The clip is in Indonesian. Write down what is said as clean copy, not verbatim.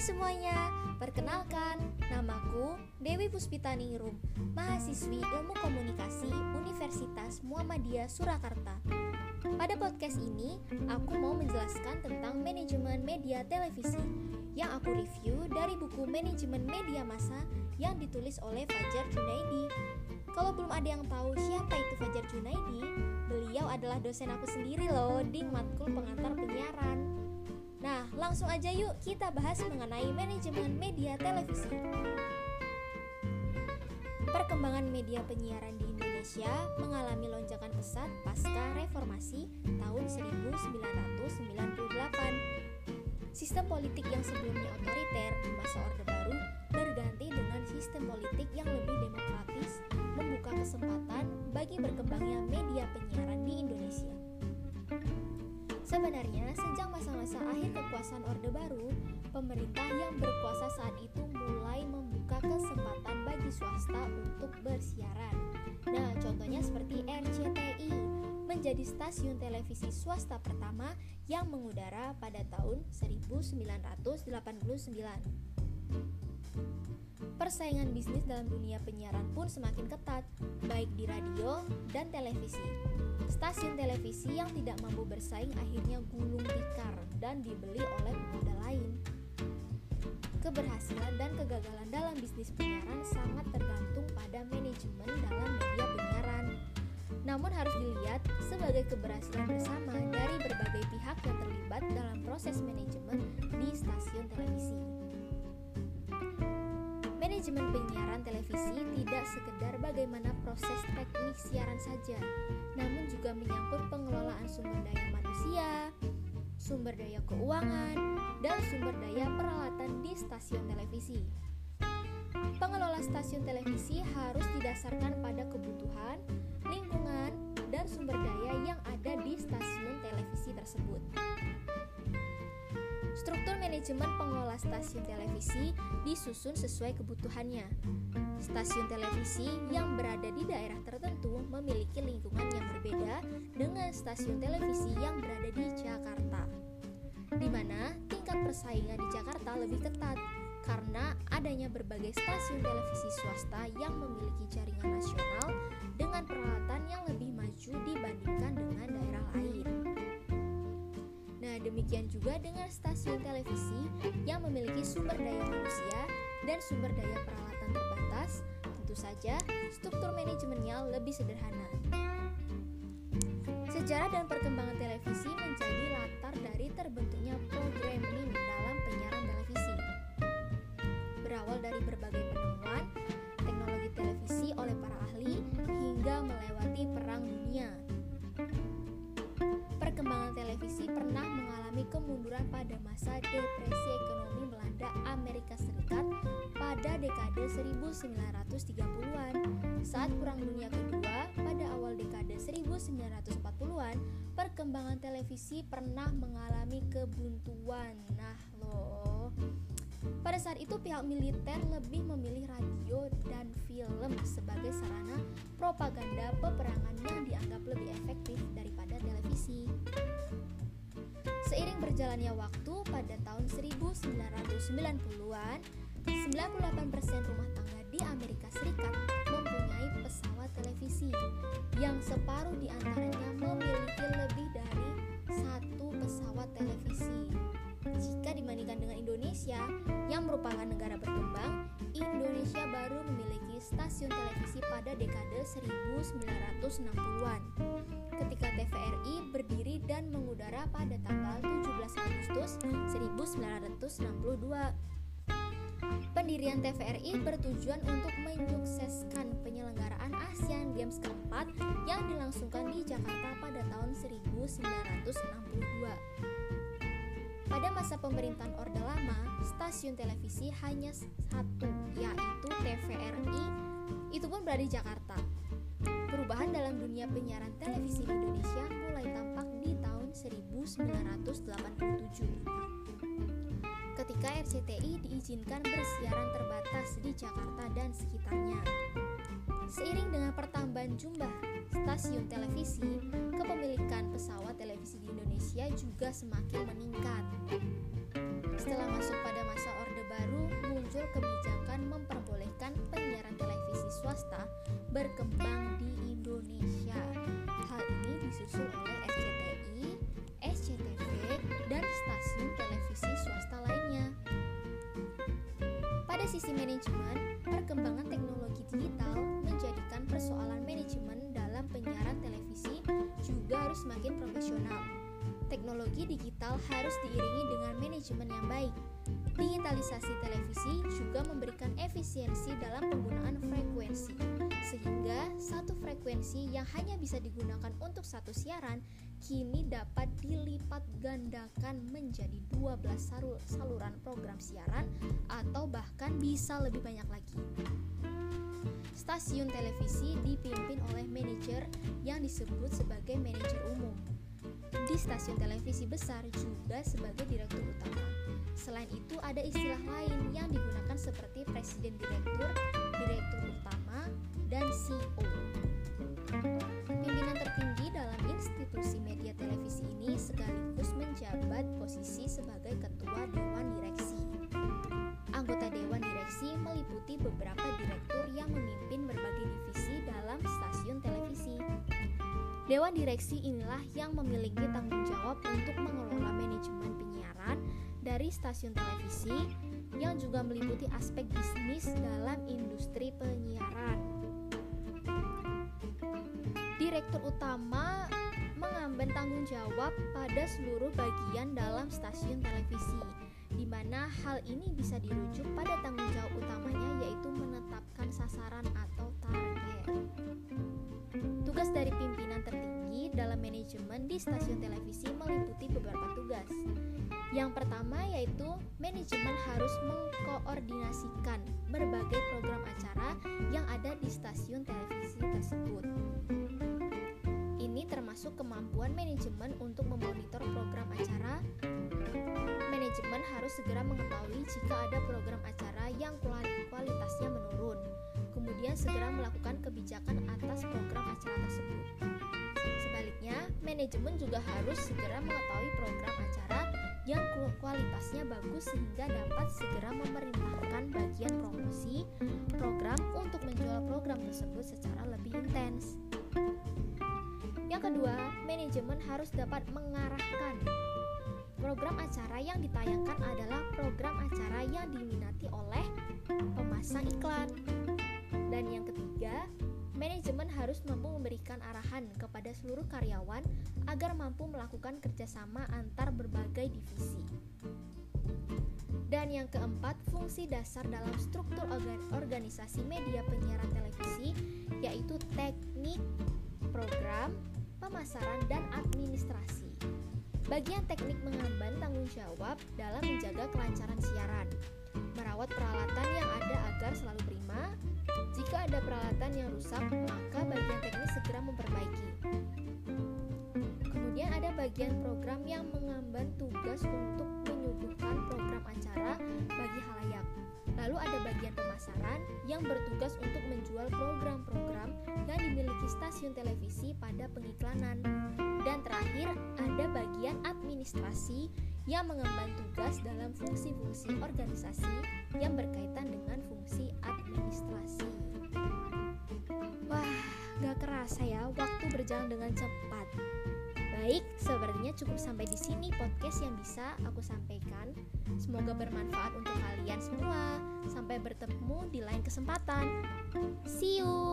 semuanya, perkenalkan, namaku Dewi Puspitaningrum, mahasiswi Ilmu Komunikasi Universitas Muhammadiyah Surakarta. Pada podcast ini, aku mau menjelaskan tentang manajemen media televisi yang aku review dari buku Manajemen Media Massa yang ditulis oleh Fajar Junaidi. Kalau belum ada yang tahu siapa itu Fajar Junaidi, beliau adalah dosen aku sendiri loh di matkul pengantar penyiaran. Nah, langsung aja yuk kita bahas mengenai manajemen media televisi. Perkembangan media penyiaran di Indonesia mengalami lonjakan pesat pasca reformasi tahun 1998. Sistem politik yang sebelumnya otoriter di masa Orde Baru berganti dengan sistem politik yang lebih demokratis, membuka kesempatan bagi berkembangnya media penyiaran di Indonesia. Sebenarnya, sejak masa-masa akhir kekuasaan Orde Baru, pemerintah yang berkuasa saat itu mulai membuka kesempatan bagi swasta untuk bersiaran. Nah, contohnya seperti RCTI, menjadi stasiun televisi swasta pertama yang mengudara pada tahun 1989. Persaingan bisnis dalam dunia penyiaran pun semakin ketat, baik di radio dan televisi. Stasiun televisi yang tidak mampu bersaing akhirnya gulung tikar dan dibeli oleh pemuda lain. Keberhasilan dan kegagalan dalam bisnis penyiaran sangat tergantung pada manajemen dalam media penyiaran. Namun harus dilihat sebagai keberhasilan bersama dari berbagai pihak yang terlibat dalam proses manajemen di stasiun televisi. Manajemen penyiaran televisi tidak sekedar bagaimana proses teknik siaran saja, namun juga menyangkut pengelolaan sumber daya manusia, sumber daya keuangan, dan sumber daya peralatan di stasiun televisi. Pengelola stasiun televisi harus didasarkan pada kebutuhan, lingkungan, dan sumber daya yang ada di stasiun televisi tersebut. Struktur manajemen pengelola stasiun televisi disusun sesuai kebutuhannya. Stasiun televisi yang berada di daerah tertentu memiliki lingkungan yang berbeda dengan stasiun televisi yang berada di Jakarta, di mana tingkat persaingan di Jakarta lebih ketat karena adanya berbagai stasiun televisi swasta yang memiliki jaringan nasional dengan peralatan yang lebih maju dibandingkan dengan daerah lain. Nah, demikian juga dengan stasiun televisi yang memiliki sumber daya manusia dan sumber daya peralatan terbatas, tentu saja struktur manajemennya lebih sederhana. Sejarah dan perkembangan televisi menjadi latar dari terbentuknya programming dalam penyiaran televisi. Berawal dari berbagai penemuan teknologi televisi oleh para ahli hingga melewati Perang Dunia. Perkembangan televisi pernah mengalami kemunduran pada masa depresi ekonomi melanda Amerika Serikat pada dekade 1930-an. Saat Perang Dunia Kedua pada awal dekade 1940-an, perkembangan televisi pernah mengalami kebuntuan. Pada saat itu pihak militer lebih memilih radio dan film sebagai sarana propaganda peperangan yang dianggap lebih efektif daripada televisi. Seiring berjalannya waktu, pada tahun 1990-an, 98% rumah tangga di Amerika Serikat mempunyai pesawat televisi, yang separuh di antaranya memiliki lebih dari satu pesawat televisi. Jika dibandingkan dengan Indonesia yang merupakan negara berkembang, Indonesia baru memiliki stasiun televisi pada dekade 1960-an, ketika TVRI berdiri dan mengudara pada tanggal 17 Agustus 1962. Pendirian TVRI bertujuan untuk menyukseskan penyelenggaraan Asian Games keempat yang dilangsungkan di Jakarta pada tahun 1962. Pada masa pemerintahan Orde Lama, stasiun televisi hanya satu, yaitu TVRI, itu pun berada di Jakarta. Perubahan dalam dunia penyiaran televisi di Indonesia mulai tampak di tahun 1987. Ketika RCTI diizinkan bersiaran terbatas di Jakarta dan sekitarnya. Seiring dengan pertambahan jumlah stasiun televisi, kepemilikan pesawat televisi di Indonesia juga semakin meningkat. Setelah masuk pada masa Orde baru muncul kebijakan memperbolehkan penyiaran televisi swasta berkembang di Indonesia. Hal ini disusul oleh RCTI, SCTV, dan stasiun televisi swasta lainnya. Pada sisi manajemen, perkembangan teknologi digital menjadikan persoalan manajemen dalam penyiaran televisi juga harus semakin profesional. Teknologi digital harus diiringi dengan manajemen yang baik. Digitalisasi televisi juga memberikan efisiensi dalam penggunaan frekuensi, sehingga satu frekuensi yang hanya bisa digunakan untuk satu siaran kini dapat dilipat gandakan menjadi 12 saluran program siaran atau bahkan bisa lebih banyak lagi. Stasiun televisi dipimpin oleh manajer yang disebut sebagai manajer umum. Di stasiun televisi besar juga sebagai direktur utama. Selain itu ada istilah lain yang digunakan seperti presiden direktur, direktur utama, dan CEO. Pimpinan tertinggi dalam institusi media televisi ini sekaligus menjabat posisi sebagai ketua dewan direksi. Anggota dewan direksi meliputi beberapa direktur yang memimpin berbagai divisi dalam stasiun televisi. Dewan direksi inilah yang memiliki tanggung jawab untuk mengelola manajemen penyiaran dari stasiun televisi yang juga meliputi aspek bisnis dalam industri penyiaran. Direktur utama mengemban tanggung jawab pada seluruh bagian dalam stasiun televisi, di mana hal ini bisa dirujuk pada tanggung jawab utamanya yaitu menetapkan sasaran atau target. Tugas dari pimpinan tertinggi dalam manajemen di stasiun televisi meliputi beberapa tugas. Yang pertama yaitu manajemen harus mengkoordinasikan berbagai program acara yang ada di stasiun televisi tersebut. Ini termasuk kemampuan manajemen untuk memonitor program acara. Manajemen harus segera mengetahui jika ada program acara yang kualitasnya menurun, kemudian segera melakukan kebijakan atas program acara tersebut. Sebaliknya, manajemen juga harus segera mengetahui program acara yang kualitasnya bagus sehingga dapat segera memerintahkan bagian promosi program untuk menjual program tersebut secara lebih intens. Yang kedua, manajemen harus dapat mengarahkan. Program acara yang ditayangkan adalah program acara yang diminati oleh pemasang iklan. Dan yang ketiga, manajemen harus mampu memberikan arahan kepada seluruh karyawan agar mampu melakukan kerjasama antar berbagai divisi. Dan yang keempat, fungsi dasar dalam struktur organisasi media penyiaran televisi yaitu teknik, program, pemasaran, dan administrasi. Bagian teknik mengemban tanggung jawab dalam menjaga kelancaran siaran, merawat peralatan yang ada agar selalu prima. Jika ada peralatan yang rusak, maka bagian teknis segera memperbaiki. Kemudian ada bagian program yang mengemban tugas untuk menyuguhkan program acara bagi khalayak. Lalu ada bagian pemasaran yang bertugas untuk menjual program-program yang dimiliki stasiun televisi pada pengiklanan. Dan terakhir ada bagian administrasi yang mengemban tugas dalam fungsi-fungsi organisasi yang berkaitan dengan fungsi administrasi. Wah, gak kerasa ya waktu berjalan dengan cepat. Baik, sepertinya cukup sampai di sini podcast yang bisa aku sampaikan. Semoga bermanfaat untuk kalian semua. Sampai bertemu di lain kesempatan. See you.